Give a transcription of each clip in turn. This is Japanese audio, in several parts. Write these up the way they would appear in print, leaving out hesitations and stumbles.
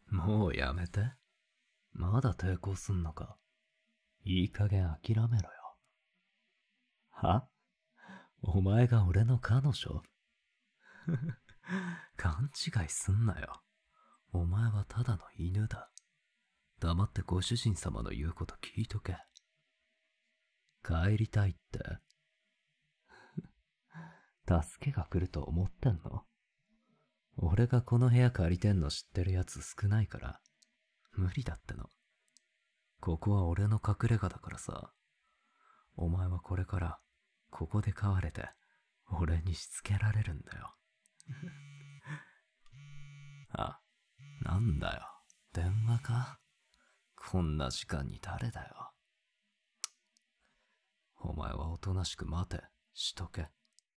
もうやめて。まだ抵抗すんのか。いい加減諦めろよ。は？お前が俺の彼女？勘違いすんなよ。お前はただの犬だ。黙ってご主人様の言うこと聞いとけ。帰りたいって。助けが来ると思ってんの？俺がこの部屋借りてんの知ってるやつ少ないから、無理だっての。ここは俺の隠れ家だからさ。お前はこれから、ここで飼われて、俺にしつけられるんだよ。あ、なんだよ。電話か？こんな時間に誰だよ。お前はおとなしく待て、しとけ。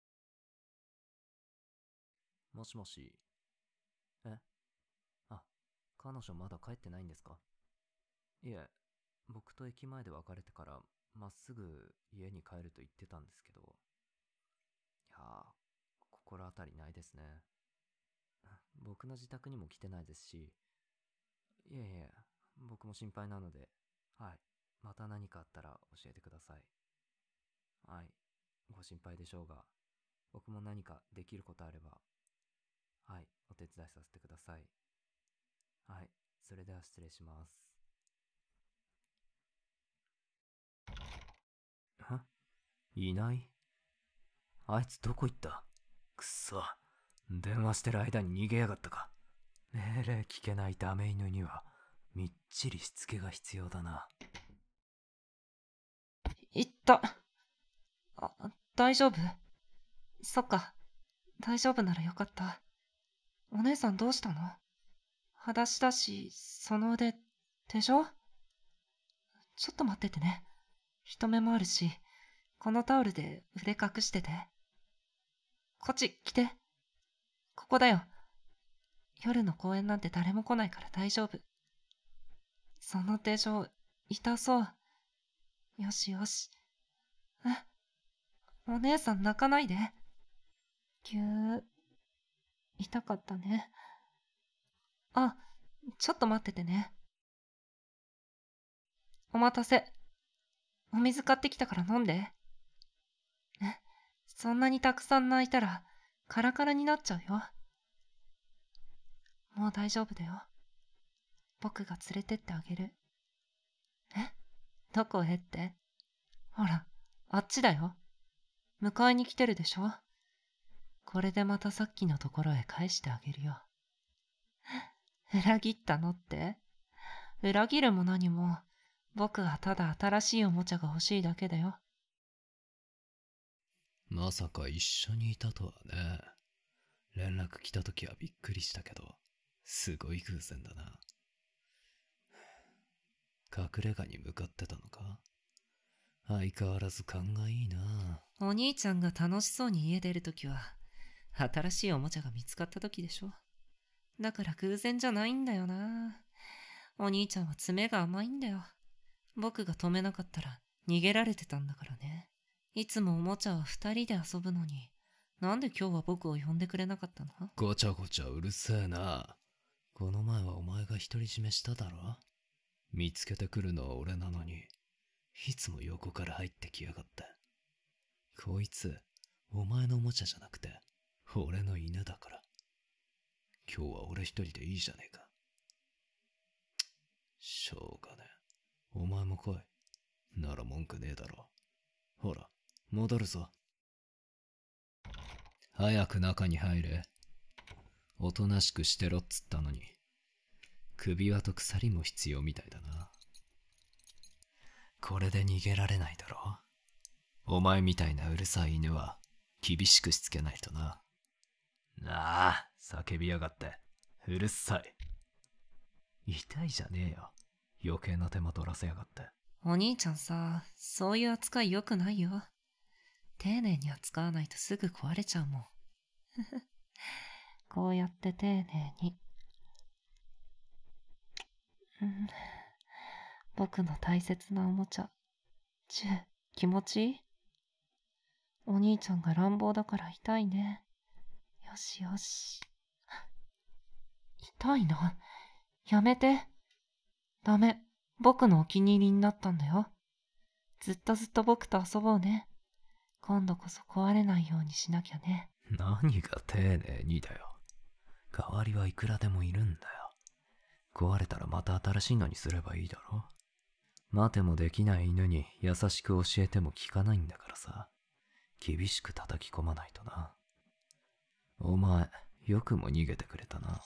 もしもし。え？あ、彼女まだ帰ってないんですか？いえ、僕と駅前で別れてからまっすぐ家に帰ると言ってたんですけど。いやー、心当たりないですね。僕の自宅にも来てないですし。いえいえ、僕も心配なので、はい、また何かあったら教えてください。はい、ご心配でしょうが、僕も何かできることあれば、はい、お手伝いさせてください。はい、それでは失礼します。いない？あいつどこ行った？くっそ、電話してる間に逃げやがったか。命令聞けないダメ犬にはみっちりしつけが必要だな。 いった。大丈夫？そっか。大丈夫ならよかった。お姉さんどうしたの？裸足だし、その腕、手錠？ちょっと待っててね。人目もあるし、このタオルで腕隠してて。こっち来て。ここだよ。夜の公園なんて誰も来ないから大丈夫。その手錠、痛そう。よしよし。お姉さん泣かないで。ぎゅー。痛かったね。あ、ちょっと待っててね。お待たせ。お水買ってきたから飲んで。そんなにたくさん泣いたらカラカラになっちゃうよ。もう大丈夫だよ。僕が連れてってあげる。え？どこへって？ほら、あっちだよ。迎えに来てるでしょ。これでまたさっきのところへ返してあげるよ。裏切ったのって？裏切るも何も、僕はただ新しいおもちゃが欲しいだけだよ。 まさか一緒にいたとはね。連絡来た時はびっくりしたけど、すごい偶然だな。隠れ家に向かってたのか？相変わらず勘がいいな。 お兄ちゃんが楽しそうに家出るときは、新しいおもちゃが見つかったときでしょ。だから偶然じゃないんだよな。お兄ちゃんは爪が甘いんだよ。僕が止めなかったら逃げられてたんだからね。いつもおもちゃは二人で遊ぶのに、なんで今日は僕を呼んでくれなかったの？ ごちゃごちゃうるせえな。この前はお前が独り占めしただろ？見つけてくるのは俺なのに、いつも横から入ってきやがって。こいつ、お前のおもちゃじゃなくて、俺の犬だから。今日は俺一人でいいじゃねえか。しょうがねえ。お前も来い。なら文句ねえだろ。ほら、戻るぞ。早く中に入れ。おとなしくしてろっつったのに。首輪と鎖も必要みたいだな。これで逃げられないだろ。お前みたいなうるさい犬は厳しくしつけないとな。なあ、叫びやがって。うるさい。痛いじゃねえよ。余計な手間取らせやがって。 お兄ちゃんさ、そういう扱い良くないよ。丁寧に扱わないとすぐ壊れちゃうもん。こうやって丁寧に。僕の大切なおもちゃ。気持ちいい？お兄ちゃんが乱暴だから痛いね。よしよし。痛いな。 やめて。ダメ。僕のお気に入りになったんだよ。ずっとずっと僕と遊ぼうね。今度こそ壊れないようにしなきゃね。 何が丁寧にだよ。代わりはいくらでもいるんだよ。壊れたらまた新しいのにすればいいだろ。待てもできない犬に優しく教えても聞かないんだからさ。厳しく叩き込まないとな。お前、よくも逃げてくれたな。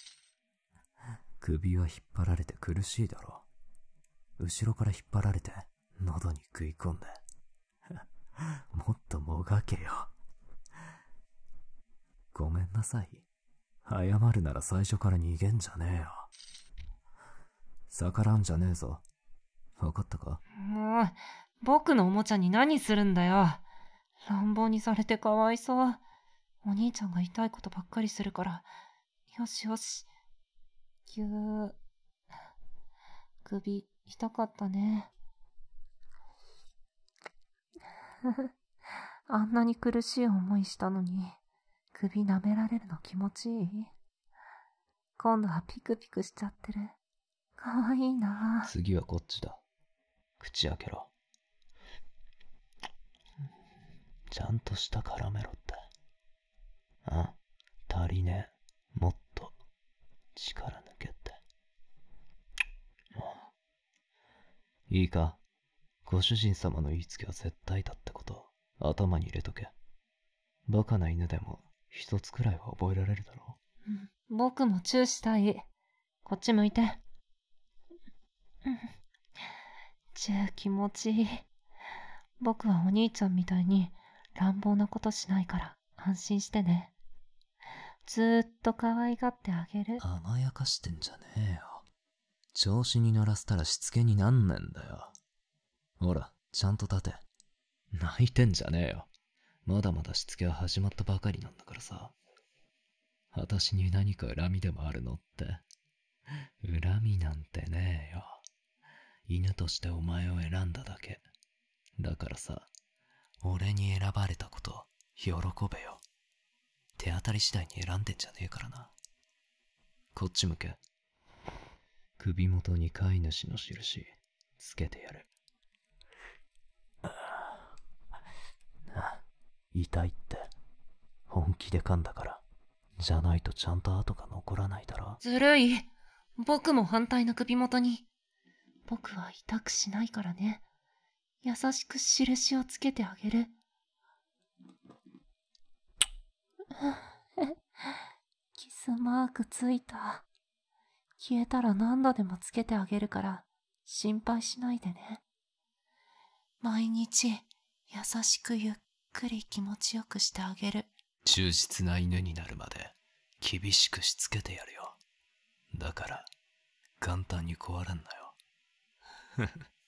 首は引っ張られて苦しいだろ。後ろから引っ張られて喉に食い込んで。もっともがけよ。ごめんなさい。謝るなら最初から逃げんじゃねえよ。逆らうんじゃねえぞ。わかったか？ もう、僕のおもちゃに何するんだよ。乱暴にされてかわいそう。お兄ちゃんが痛いことばっかりするから。よしよし。ぎゅー。首、痛かったね。あんなに苦しい思いしたのに、首舐められるの気持ちいい？今度はピクピクしちゃってる。かわいいな。 次はこっちだ。口開けろ。ちゃんと舌絡めろって。あ、足りねえ。もっと力抜けて。いいか、ご主人様の言いつけは絶対だってこと頭に入れとけ。バカな犬でも一つくらいは覚えられるだろう。僕もチューしたい。こっち向いて。チュー気持ちいい。僕はお兄ちゃんみたいに乱暴なことしないから安心してね。ずーっと可愛がってあげる。 甘やかしてんじゃねえよ。調子に乗らせたらしつけになんねんだよ。ほら、ちゃんと立て。泣いてんじゃねえよ。まだまだしつけは始まったばかりなんだからさ。私に何か恨みでもあるのって。恨みなんてねえよ。犬としてお前を選んだだけ。だからさ、俺に選ばれたこと喜べよ。手当たり次第に選んでんじゃねえからな。こっち向け。首元に飼い主の印つけてやる。痛いって本気で噛んだから。じゃないとちゃんと跡が残らないだろ。 ずるい。僕も反対の首元に。僕は痛くしないからね。優しく印をつけてあげる。キスマークついた。消えたら何度でもつけてあげるから心配しないでね。毎日優しくゆっくり気持ちよくしてあげる。 忠実な犬になるまで厳しくしつけてやるよ。だから簡単に壊れんなよ。